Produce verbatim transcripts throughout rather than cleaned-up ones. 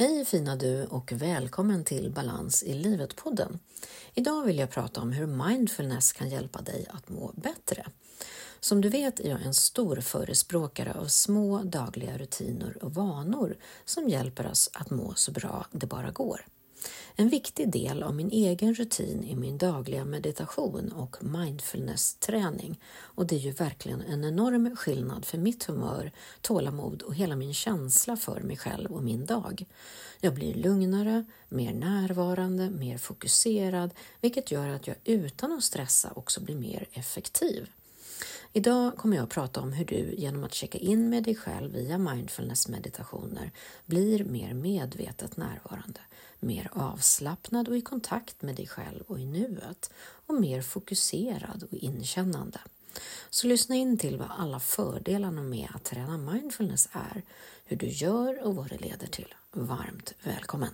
Hej fina du och välkommen till Balans i livet-podden. Idag vill jag prata om hur mindfulness kan hjälpa dig att må bättre. Som du vet är jag en stor förespråkare av små dagliga rutiner och vanor som hjälper oss att må så bra det bara går. En viktig del av min egen rutin är min dagliga meditation och mindfulness-träning och det är ju verkligen en enorm skillnad för mitt humör, tålamod och hela min känsla för mig själv och min dag. Jag blir lugnare, mer närvarande, mer fokuserad, vilket gör att jag utan att stressa också blir mer effektiv. Idag kommer jag att prata om hur du genom att checka in med dig själv via mindfulness-meditationer blir mer medvetet närvarande, mer avslappnad och i kontakt med dig själv och i nuet och mer fokuserad och inkännande. Så lyssna in till vad alla fördelarna med att träna mindfulness är, hur du gör och vad det leder till. Varmt välkommen!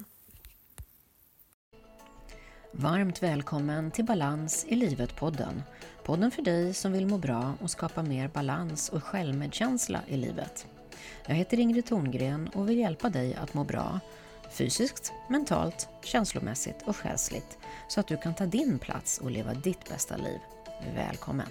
Varmt välkommen till Balans i livet-podden. Podden för dig som vill må bra och skapa mer balans och självmedkänsla i livet. Jag heter Ingrid Thorngren och vill hjälpa dig att må bra fysiskt, mentalt, känslomässigt och själsligt så att du kan ta din plats och leva ditt bästa liv. Välkommen!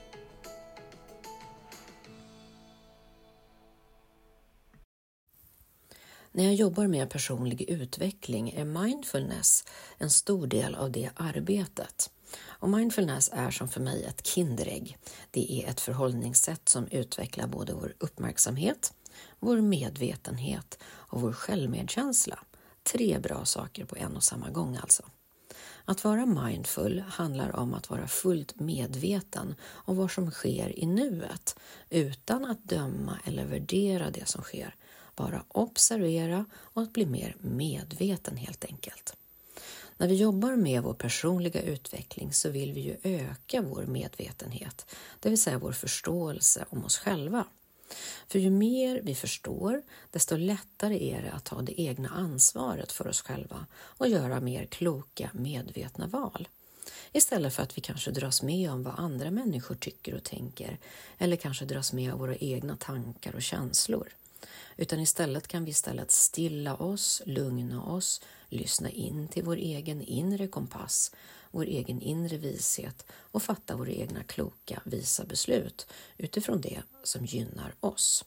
När jag jobbar med personlig utveckling är mindfulness en stor del av det arbetet. Och mindfulness är som för mig ett kinderägg. Det är ett förhållningssätt som utvecklar både vår uppmärksamhet, vår medvetenhet och vår självmedkänsla. Tre bra saker på en och samma gång alltså. Att vara mindful handlar om att vara fullt medveten om vad som sker i nuet utan att döma eller värdera det som sker. Bara observera och att bli mer medveten helt enkelt. När vi jobbar med vår personliga utveckling så vill vi ju öka vår medvetenhet, det vill säga vår förståelse om oss själva. För ju mer vi förstår, desto lättare är det att ta det egna ansvaret för oss själva och göra mer kloka, medvetna val. Istället för att vi kanske dras med om vad andra människor tycker och tänker eller kanske dras med av våra egna tankar och känslor. Utan istället kan vi istället stilla oss, lugna oss, lyssna in till vår egen inre kompass, vår egen inre vishet och fatta våra egna kloka, visa beslut utifrån det som gynnar oss.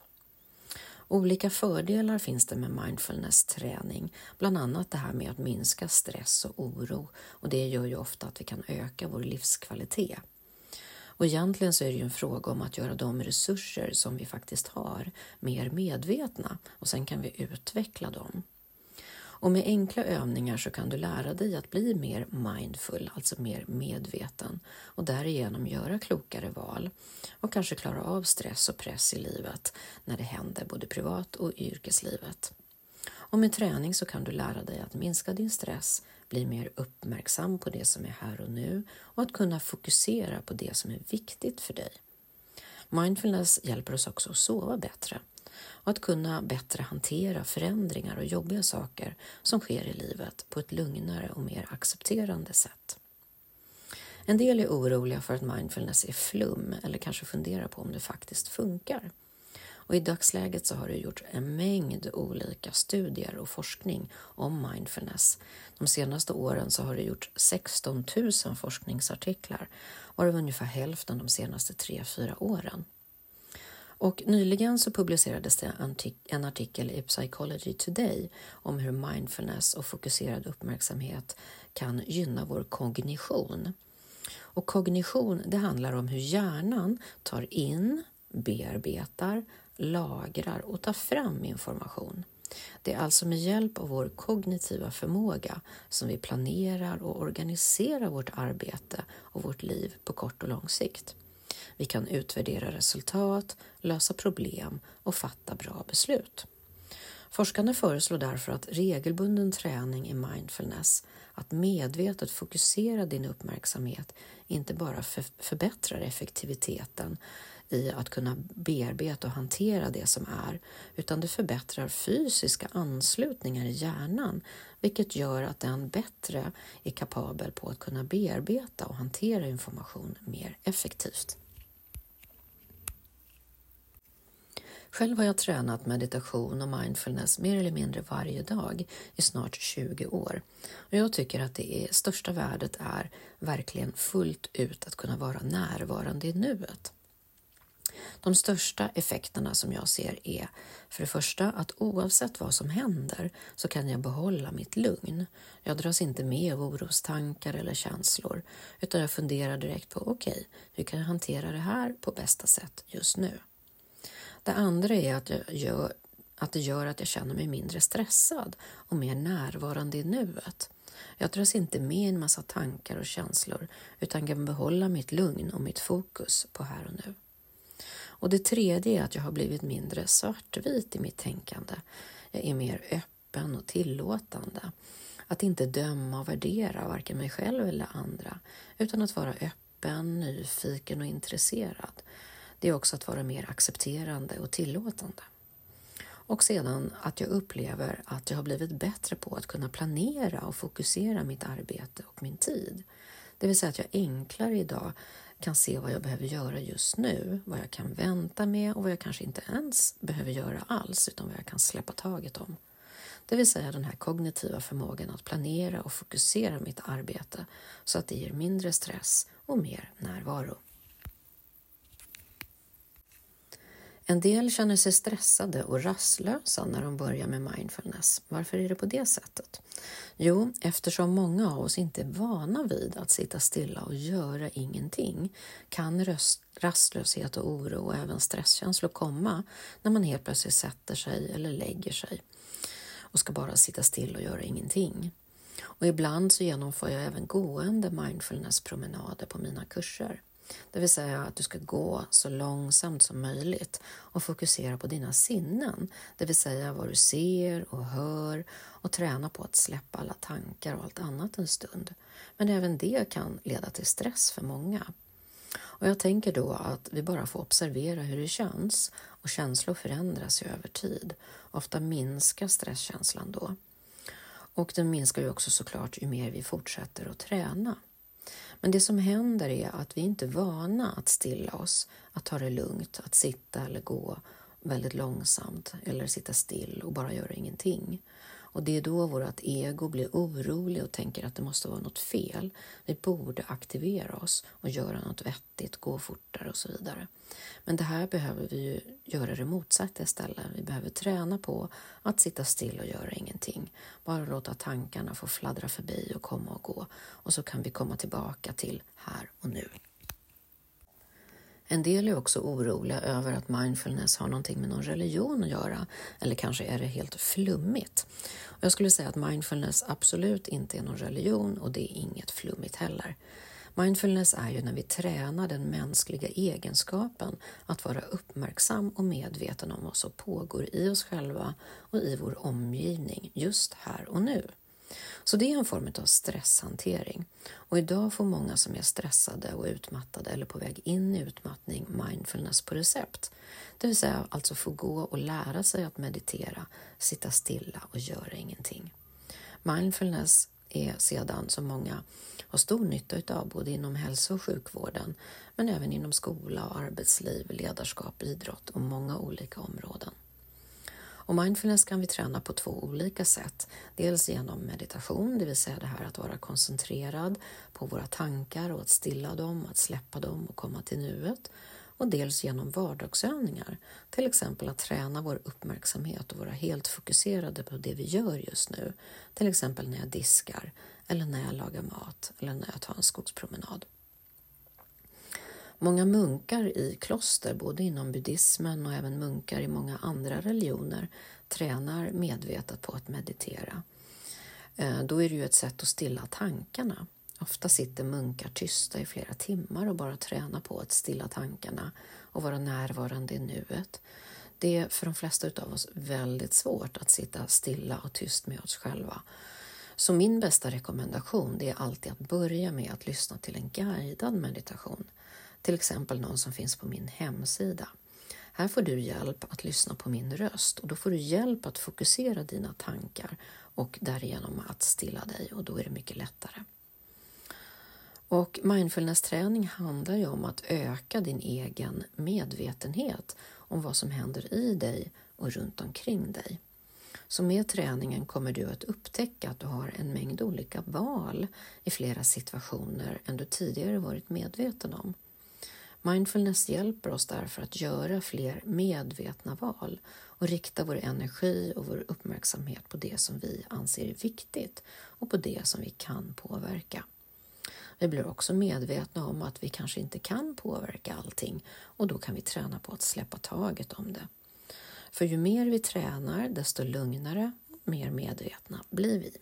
Olika fördelar finns det med mindfulness-träning, bland annat det här med att minska stress och oro och det gör ju ofta att vi kan öka vår livskvalitet. Och egentligen så är det ju en fråga om att göra de resurser som vi faktiskt har mer medvetna och sen kan vi utveckla dem. Och med enkla övningar så kan du lära dig att bli mer mindful, alltså mer medveten och därigenom göra klokare val och kanske klara av stress och press i livet när det händer både privat och i yrkeslivet. Och med träning så kan du lära dig att minska din stress, bli mer uppmärksam på det som är här och nu och att kunna fokusera på det som är viktigt för dig. Mindfulness hjälper oss också att sova bättre och att kunna bättre hantera förändringar och jobbiga saker som sker i livet på ett lugnare och mer accepterande sätt. En del är oroliga för att mindfulness är flum eller kanske funderar på om det faktiskt funkar. Och i dagsläget så har det gjorts en mängd olika studier och forskning om mindfulness. De senaste åren så har det gjorts sexton tusen forskningsartiklar, varav ungefär hälften de senaste tre fyra åren. Och nyligen så publicerades det en artikel i Psychology Today om hur mindfulness och fokuserad uppmärksamhet kan gynna vår kognition. Och kognition, det handlar om hur hjärnan tar in, bearbetar, lagrar och tar fram information. Det är alltså med hjälp av vår kognitiva förmåga som vi planerar och organiserar vårt arbete och vårt liv på kort och lång sikt. Vi kan utvärdera resultat, lösa problem och fatta bra beslut. Forskarna föreslår därför att regelbunden träning i mindfulness, att medvetet fokusera din uppmärksamhet, inte bara för, förbättrar effektiviteten i att kunna bearbeta och hantera det som är, utan det förbättrar fysiska anslutningar i hjärnan, vilket gör att den bättre är kapabel på att kunna bearbeta och hantera information mer effektivt. Själv har jag tränat meditation och mindfulness mer eller mindre varje dag i snart tjugo år. Och jag tycker att det är, största värdet är verkligen fullt ut att kunna vara närvarande i nuet. De största effekterna som jag ser är för det första att oavsett vad som händer så kan jag behålla mitt lugn. Jag dras inte med av orostankar eller känslor utan jag funderar direkt på okej, okay, hur kan jag hantera det här på bästa sätt just nu? Det andra är att, jag gör, att det gör att jag känner mig mindre stressad och mer närvarande i nuet. Jag dras inte med en massa tankar och känslor utan kan behålla mitt lugn och mitt fokus på här och nu. Och det tredje är att jag har blivit mindre svartvit i mitt tänkande. Jag är mer öppen och tillåtande. Att inte döma och värdera varken mig själv eller andra, utan att vara öppen, nyfiken och intresserad. Det är också att vara mer accepterande och tillåtande. Och sedan att jag upplever att jag har blivit bättre på att kunna planera och fokusera mitt arbete och min tid. Det vill säga att jag enklare idag kan se vad jag behöver göra just nu, vad jag kan vänta med och vad jag kanske inte ens behöver göra alls utan vad jag kan släppa taget om. Det vill säga den här kognitiva förmågan att planera och fokusera mitt arbete så att det ger mindre stress och mer närvaro. En del känner sig stressade och rastlösa när de börjar med mindfulness. Varför är det på det sättet? Jo, eftersom många av oss inte är vana vid att sitta stilla och göra ingenting kan röst, rastlöshet och oro och även stresskänslor komma när man helt plötsligt sätter sig eller lägger sig och ska bara sitta still och göra ingenting. Och ibland så genomför jag även gående mindfulness-promenader på mina kurser. Det vill säga att du ska gå så långsamt som möjligt och fokusera på dina sinnen. Det vill säga vad du ser och hör och träna på att släppa alla tankar och allt annat en stund. Men även det kan leda till stress för många. Och jag tänker då att vi bara får observera hur det känns och känslor förändras ju över tid. Ofta minskar stresskänslan då. Och den minskar ju också såklart ju mer vi fortsätter att träna. Men det som händer är att vi inte är vana att stilla oss, att ta det lugnt, att sitta eller gå väldigt långsamt eller sitta still och bara göra ingenting. Och det är då vårt ego blir orolig och tänker att det måste vara något fel. Vi borde aktivera oss och göra något vettigt, gå fortare och så vidare. Men det här behöver vi ju göra det motsatta istället. Vi behöver träna på att sitta still och göra ingenting. Bara låta tankarna få fladdra förbi och komma och gå. Och så kan vi komma tillbaka till här och nu. En del är också oroliga över att mindfulness har någonting med någon religion att göra, eller kanske är det helt flummigt. Och jag skulle säga att mindfulness absolut inte är någon religion och det är inget flummigt heller. Mindfulness är ju när vi tränar den mänskliga egenskapen att vara uppmärksam och medveten om vad som pågår i oss själva och i vår omgivning just här och nu. Så det är en form av stresshantering. Och idag får många som är stressade och utmattade eller på väg in i utmattning mindfulness på recept. Det vill säga alltså få gå och lära sig att meditera, sitta stilla och göra ingenting. Mindfulness är sedan som många har stor nytta av både inom hälso- och sjukvården men även inom skola och arbetsliv, ledarskap, idrott och många olika områden. Och mindfulness kan vi träna på två olika sätt. Dels genom meditation, det vill säga det här att vara koncentrerad på våra tankar och att stilla dem, att släppa dem och komma till nuet. Och dels genom vardagsövningar, till exempel att träna vår uppmärksamhet och vara helt fokuserade på det vi gör just nu. Till exempel när jag diskar, eller när jag lagar mat, eller när jag tar en skogspromenad. Många munkar i kloster, både inom buddhismen och även munkar i många andra religioner, tränar medvetet på att meditera. Då är det ju ett sätt att stilla tankarna. Ofta sitter munkar tysta i flera timmar och bara tränar på att stilla tankarna och vara närvarande i nuet. Det är för de flesta av oss väldigt svårt att sitta stilla och tyst med oss själva. Så min bästa rekommendation det är alltid att börja med att lyssna till en guidad meditation. Till exempel någon som finns på min hemsida. Här får du hjälp att lyssna på min röst och då får du hjälp att fokusera dina tankar och därigenom att stilla dig och då är det mycket lättare. Och mindfulness-träning handlar ju om att öka din egen medvetenhet om vad som händer i dig och runt omkring dig. Så med träningen kommer du att upptäcka att du har en mängd olika val i flera situationer än du tidigare varit medveten om. Mindfulness hjälper oss därför att göra fler medvetna val och rikta vår energi och vår uppmärksamhet på det som vi anser är viktigt och på det som vi kan påverka. Vi blir också medvetna om att vi kanske inte kan påverka allting och då kan vi träna på att släppa taget om det. För ju mer vi tränar, desto lugnare och mer medvetna blir vi.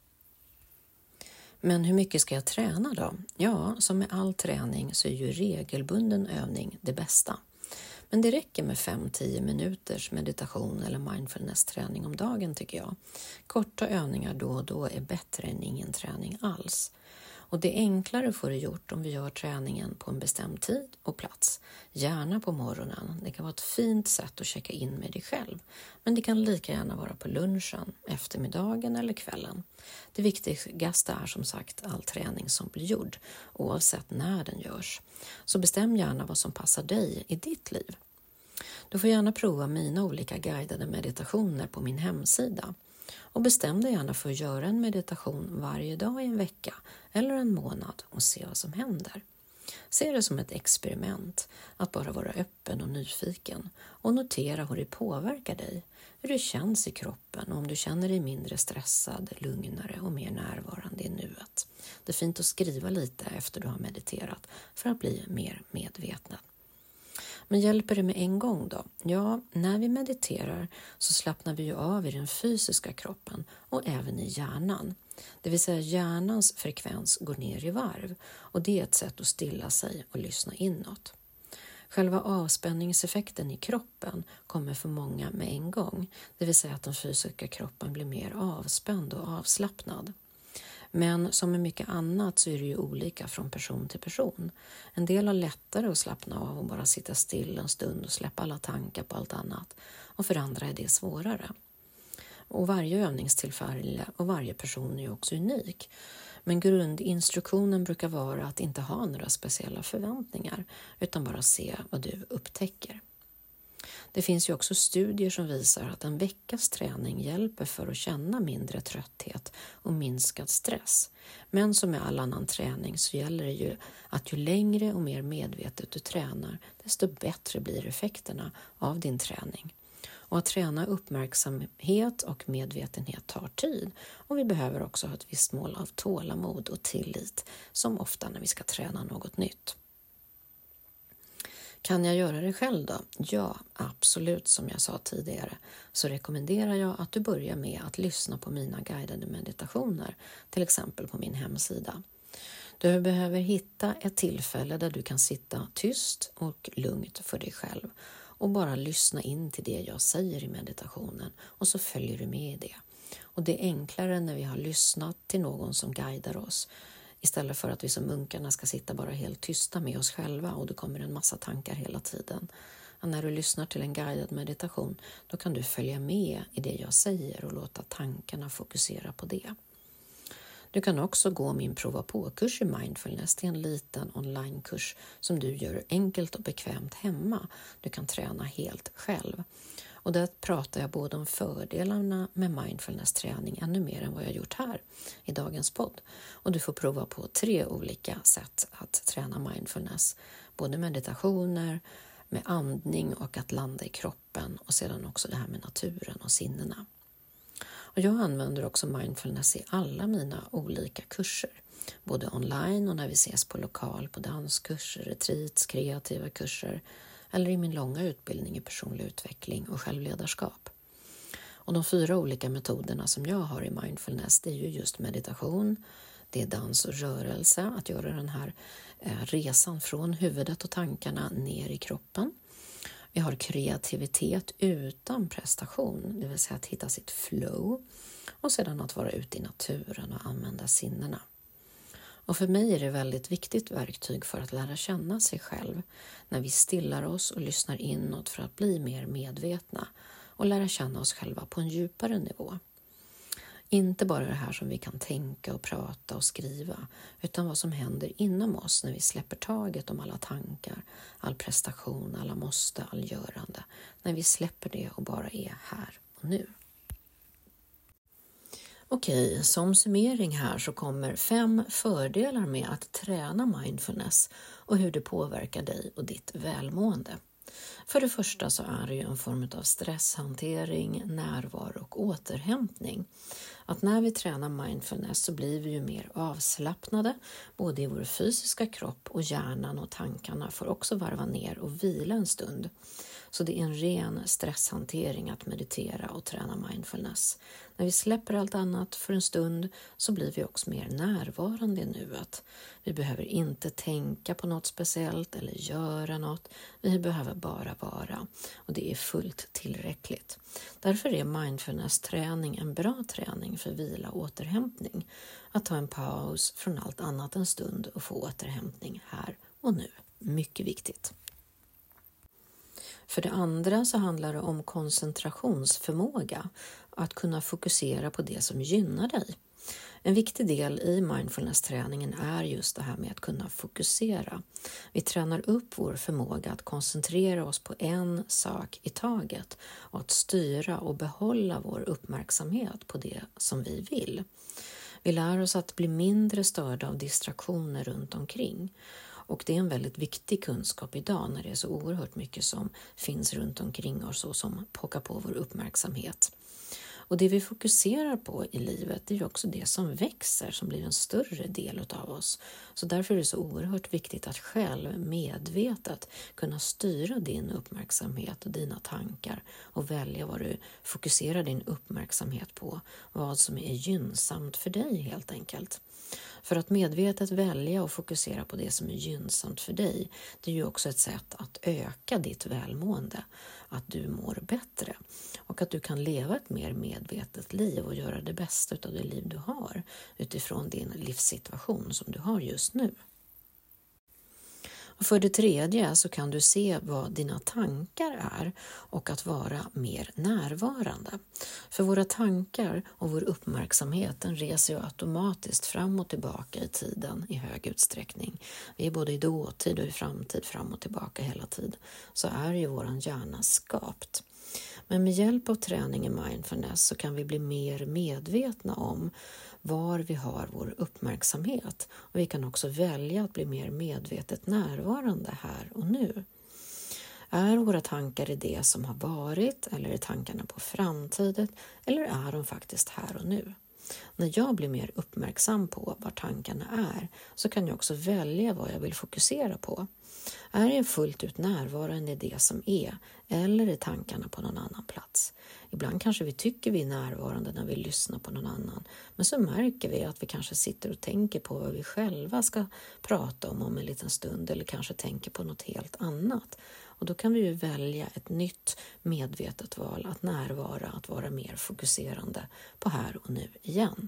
Men hur mycket ska jag träna då? Ja, som med all träning så är ju regelbunden övning det bästa. Men det räcker med fem till tio minuters meditation eller mindfulness-träning om dagen tycker jag. Korta övningar då och då är bättre än ingen träning alls. Och det är enklare att få det gjort om vi gör träningen på en bestämd tid och plats. Gärna på morgonen. Det kan vara ett fint sätt att checka in med dig själv. Men det kan lika gärna vara på lunchen, eftermiddagen eller kvällen. Det viktigaste är som sagt all träning som blir gjord, oavsett när den görs. Så bestäm gärna vad som passar dig i ditt liv. Du får gärna prova mina olika guidade meditationer på min hemsida. Och bestäm dig gärna för att göra en meditation varje dag i en vecka eller en månad och se vad som händer. Se det som ett experiment, att bara vara öppen och nyfiken och notera hur det påverkar dig, hur det känns i kroppen och om du känner dig mindre stressad, lugnare och mer närvarande i nuet. Det är fint att skriva lite efter du har mediterat för att bli mer medveten. Men hjälper det med en gång då? Ja, när vi mediterar så slappnar vi ju av i den fysiska kroppen och även i hjärnan. Det vill säga hjärnans frekvens går ner i varv och det är ett sätt att stilla sig och lyssna inåt. Själva avspänningseffekten i kroppen kommer för många med en gång. Det vill säga att den fysiska kroppen blir mer avspänd och avslappnad. Men som med mycket annat så är det ju olika från person till person. En del har lättare att slappna av och bara sitta still en stund och släppa alla tankar på allt annat. Och för andra är det svårare. Och varje övningstillfälle och varje person är ju också unik. Men grundinstruktionen brukar vara att inte ha några speciella förväntningar utan bara se vad du upptäcker. Det finns ju också studier som visar att en veckas träning hjälper för att känna mindre trötthet och minskad stress. Men som med all annan träning så gäller det ju att ju längre och mer medvetet du tränar, desto bättre blir effekterna av din träning. Och att träna uppmärksamhet och medvetenhet tar tid och vi behöver också ha ett visst mål av tålamod och tillit som ofta när vi ska träna något nytt. Kan jag göra det själv då? Ja, absolut, som jag sa tidigare så rekommenderar jag att du börjar med att lyssna på mina guidade meditationer, till exempel på min hemsida. Du behöver hitta ett tillfälle där du kan sitta tyst och lugnt för dig själv och bara lyssna in till det jag säger i meditationen och så följer du med i det. Och det är enklare när vi har lyssnat till någon som guidar oss. Istället för att vi som munkarna ska sitta bara helt tysta med oss själva och det kommer en massa tankar hela tiden. Och när du lyssnar till en guidad meditation då kan du följa med i det jag säger och låta tankarna fokusera på det. Du kan också gå min prova på-kurs i mindfulness. Det är en liten onlinekurs som du gör enkelt och bekvämt hemma. Du kan träna helt själv. Och där pratar jag både om fördelarna med mindfulness-träning ännu mer än vad jag gjort här i dagens podd. Och du får prova på tre olika sätt att träna mindfulness. Både meditationer, med andning och att landa i kroppen och sedan också det här med naturen och sinnena. Och jag använder också mindfulness i alla mina olika kurser. Både online och när vi ses på lokal, på danskurser, retreats, kreativa kurser eller i min långa utbildning i personlig utveckling och självledarskap. Och de fyra olika metoderna som jag har i mindfulness det är ju just meditation, det är dans och rörelse, att göra den här eh, resan från huvudet och tankarna ner i kroppen. Vi har kreativitet utan prestation, det vill säga att hitta sitt flow och sedan att vara ute i naturen och använda sinnena. Och för mig är det väldigt viktigt verktyg för att lära känna sig själv när vi stillar oss och lyssnar inåt för att bli mer medvetna och lära känna oss själva på en djupare nivå. Inte bara det här som vi kan tänka och prata och skriva, utan vad som händer inom oss när vi släpper taget om alla tankar, all prestation, alla måste, all görande. När vi släpper det och bara är här och nu. Okej, som summering här så kommer fem fördelar med att träna mindfulness och hur det påverkar dig och ditt välmående. För det första så är det ju en form av stresshantering, närvaro och återhämtning. Att när vi tränar mindfulness så blir vi ju mer avslappnade, både i vår fysiska kropp och hjärnan, och tankarna får också varva ner och vila en stund. Så det är en ren stresshantering att meditera och träna mindfulness. När vi släpper allt annat för en stund så blir vi också mer närvarande i nuet. Vi behöver inte tänka på något speciellt eller göra något. Vi behöver bara vara, och det är fullt tillräckligt. Därför är mindfulness-träning en bra träning för vila och återhämtning. Att ta en paus från allt annat en stund och få återhämtning här och nu. Mycket viktigt. För det andra så handlar det om koncentrationsförmåga, att kunna fokusera på det som gynnar dig. En viktig del i mindfulness-träningen är just det här med att kunna fokusera. Vi tränar upp vår förmåga att koncentrera oss på en sak i taget och att styra och behålla vår uppmärksamhet på det som vi vill. Vi lär oss att bli mindre störda av distraktioner runt omkring. Och det är en väldigt viktig kunskap idag när det är så oerhört mycket som finns runt omkring oss och som pockar på vår uppmärksamhet. Och det vi fokuserar på i livet är ju också det som växer, som blir en större del av oss. Så därför är det så oerhört viktigt att själv medvetet kunna styra din uppmärksamhet och dina tankar och välja vad du fokuserar din uppmärksamhet på, vad som är gynnsamt för dig helt enkelt. För att medvetet välja och fokusera på det som är gynnsamt för dig, det är ju också ett sätt att öka ditt välmående, att du mår bättre och att du kan leva ett mer medvetet liv och göra det bästa av det liv du har utifrån din livssituation som du har just nu. Och för det tredje så kan du se vad dina tankar är och att vara mer närvarande. För våra tankar och vår uppmärksamhet, den reser ju automatiskt fram och tillbaka i tiden i hög utsträckning. Vi är både i dåtid och i framtid fram och tillbaka hela tiden. Så är ju våran hjärna skapt. Men med hjälp av träning i mindfulness så kan vi bli mer medvetna om var vi har vår uppmärksamhet. Och vi kan också välja att bli mer medvetet närvarande här och nu. Är våra tankar i det som har varit, eller är tankarna på framtiden, eller är de faktiskt här och nu? När jag blir mer uppmärksam på var tankarna är så kan jag också välja vad jag vill fokusera på. Är jag fullt ut närvarande i det som är, eller är tankarna på någon annan plats? Ibland kanske vi tycker vi är närvarande när vi lyssnar på någon annan, men så märker vi att vi kanske sitter och tänker på vad vi själva ska prata om om en liten stund, eller kanske tänker på något helt annat. Och då kan vi ju välja ett nytt medvetet val att närvara, att vara mer fokuserande på här och nu igen.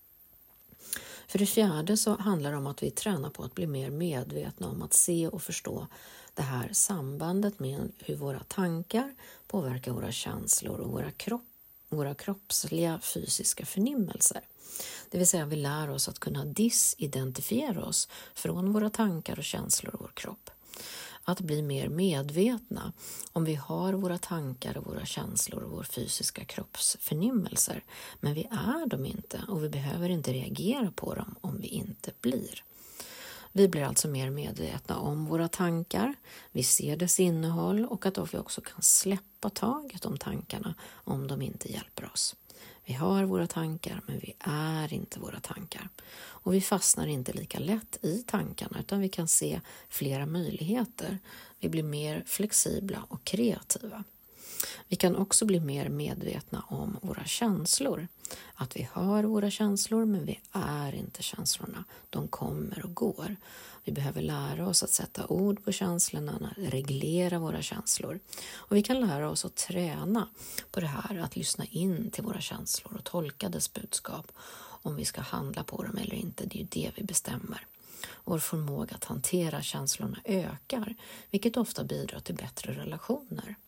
För det fjärde så handlar det om att vi tränar på att bli mer medvetna om att se och förstå det här sambandet med hur våra tankar påverkar våra känslor och våra, kropp, våra kroppsliga fysiska förnimmelser. Det vill säga vi lär oss att kunna disidentifiera oss från våra tankar och känslor och vår kropp. Att bli mer medvetna om vi har våra tankar och våra känslor och vår fysiska kroppsförnimmelser, men vi är dem inte och vi behöver inte reagera på dem om vi inte blir. Vi blir alltså mer medvetna om våra tankar, vi ser dess innehåll och att vi också kan släppa taget om tankarna om de inte hjälper oss. Vi har våra tankar, men vi är inte våra tankar. Och vi fastnar inte lika lätt i tankarna, utan vi kan se flera möjligheter. Vi blir mer flexibla och kreativa. Vi kan också bli mer medvetna om våra känslor. Att vi har våra känslor, men vi är inte känslorna. De kommer och går. Vi behöver lära oss att sätta ord på känslorna, reglera våra känslor. Och vi kan lära oss att träna på det här, att lyssna in till våra känslor och tolka dess budskap. Om vi ska handla på dem eller inte, det är ju det vi bestämmer. Vår förmåga att hantera känslorna ökar, vilket ofta bidrar till bättre relationer.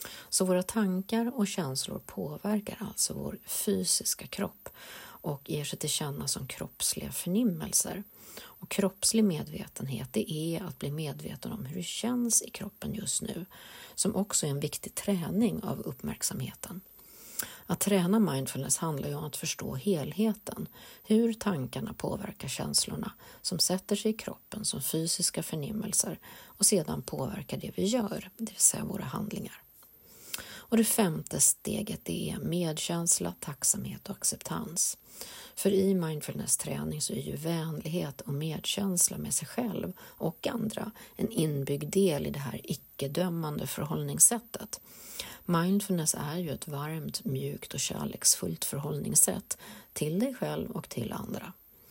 Så våra tankar och känslor påverkar alltså vår fysiska kropp och ger sig till känna som kroppsliga förnimmelser. Och kroppslig medvetenhet, det är att bli medveten om hur det känns i kroppen just nu, som också är en viktig träning av uppmärksamheten. Att träna mindfulness handlar ju om att förstå helheten, hur tankarna påverkar känslorna som sätter sig i kroppen som fysiska förnimmelser och sedan påverkar det vi gör, det vill säga våra handlingar. Och det femte steget, det är medkänsla, tacksamhet och acceptans. För i mindfulness-träning så är ju vänlighet och medkänsla med sig själv och andra en inbyggd del i det här icke-dömande förhållningssättet. Mindfulness är ju ett varmt, mjukt och kärleksfullt förhållningssätt till dig själv och till andra.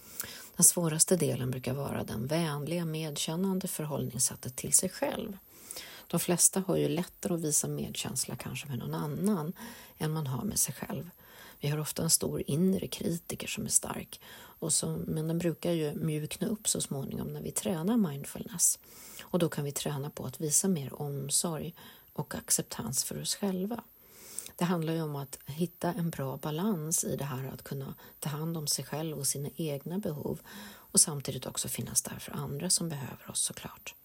Den svåraste delen brukar vara den vänliga, medkännande förhållningssättet till sig själv. De flesta har ju lättare att visa medkänsla kanske med någon annan än man har med sig själv. Vi har ofta en stor inre kritiker som är stark, och så, men den brukar ju mjukna upp så småningom när vi tränar mindfulness. Och då kan vi träna på att visa mer omsorg och acceptans för oss själva. Det handlar ju om att hitta en bra balans i det här att kunna ta hand om sig själv och sina egna behov och samtidigt också finnas där för andra som behöver oss såklart.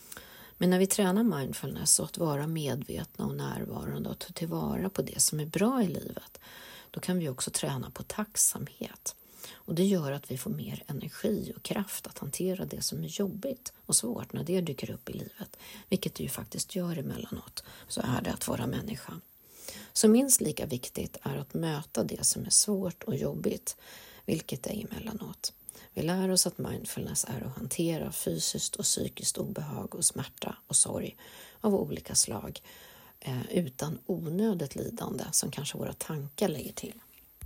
Men när vi tränar mindfulness så att vara medvetna och närvarande och ta tillvara på det som är bra i livet, då kan vi också träna på tacksamhet. Och det gör att vi får mer energi och kraft att hantera det som är jobbigt och svårt när det dyker upp i livet. Vilket det ju faktiskt gör emellanåt, så är det att vara människa. Så minst lika viktigt är att möta det som är svårt och jobbigt, vilket är emellanåt. Vi lär oss att mindfulness är att hantera fysiskt och psykiskt obehag och smärta och sorg av olika slag eh, utan onödigt lidande som kanske våra tankar lägger till.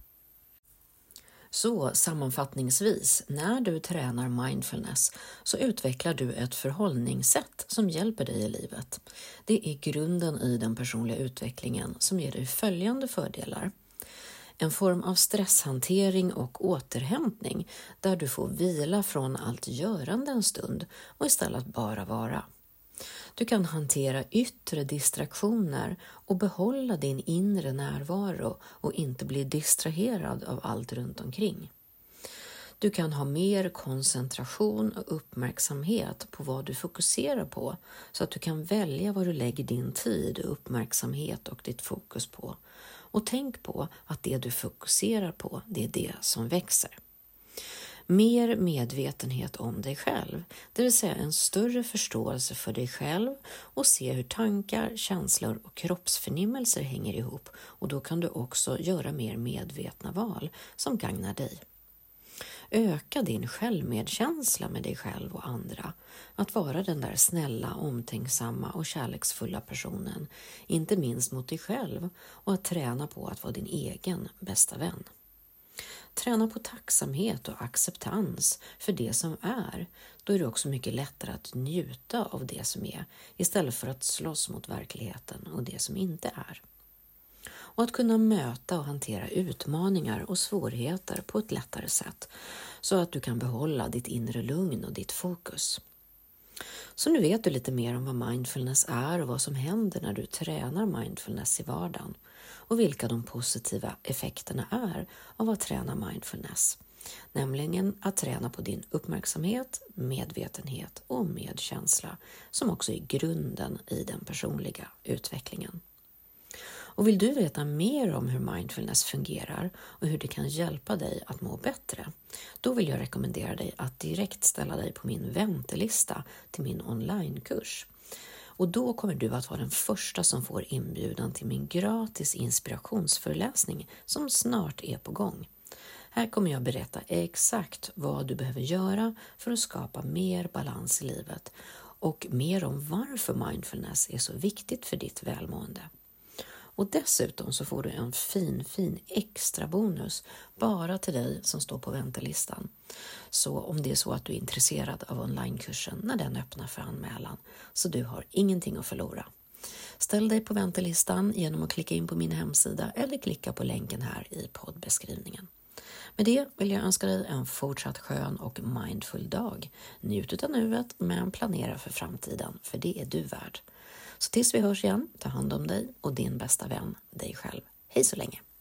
Så sammanfattningsvis, när du tränar mindfulness så utvecklar du ett förhållningssätt som hjälper dig i livet. Det är grunden i den personliga utvecklingen som ger dig följande fördelar. En form av stresshantering och återhämtning där du får vila från allt görande en stund och istället bara vara. Du kan hantera yttre distraktioner och behålla din inre närvaro och inte bli distraherad av allt runt omkring. Du kan ha mer koncentration och uppmärksamhet på vad du fokuserar på så att du kan välja vad du lägger din tid, uppmärksamhet och ditt fokus på. Och tänk på att det du fokuserar på, det är det som växer. Mer medvetenhet om dig själv, det vill säga en större förståelse för dig själv och se hur tankar, känslor och kroppsförnimmelser hänger ihop, och då kan du också göra mer medvetna val som gagnar dig. Öka din självmedkänsla med dig själv och andra, att vara den där snälla, omtänksamma och kärleksfulla personen, inte minst mot dig själv, och att träna på att vara din egen bästa vän. Träna på tacksamhet och acceptans för det som är. Då är det också mycket lättare att njuta av det som är istället för att slåss mot verkligheten och det som inte är. Och att kunna möta och hantera utmaningar och svårigheter på ett lättare sätt så att du kan behålla ditt inre lugn och ditt fokus. Så nu vet du lite mer om vad mindfulness är och vad som händer när du tränar mindfulness i vardagen och vilka de positiva effekterna är av att träna mindfulness. Nämligen att träna på din uppmärksamhet, medvetenhet och medkänsla som också är grunden i den personliga utvecklingen. Och vill du veta mer om hur mindfulness fungerar och hur det kan hjälpa dig att må bättre, då vill jag rekommendera dig att direkt ställa dig på min väntelista till min onlinekurs. Och då kommer du att vara den första som får inbjudan till min gratis inspirationsföreläsning som snart är på gång. Här kommer jag berätta exakt vad du behöver göra för att skapa mer balans i livet och mer om varför mindfulness är så viktigt för ditt välmående. Och dessutom så får du en fin, fin extra bonus bara till dig som står på väntelistan. Så om det är så att du är intresserad av onlinekursen när den öppnar för anmälan, så du har ingenting att förlora. Ställ dig på väntelistan genom att klicka in på min hemsida eller klicka på länken här i poddbeskrivningen. Med det vill jag önska dig en fortsatt skön och mindful dag. Njut av nuet men planera för framtiden, för det är du värd. Så tills vi hörs igen, ta hand om dig och din bästa vän, dig själv. Hej så länge!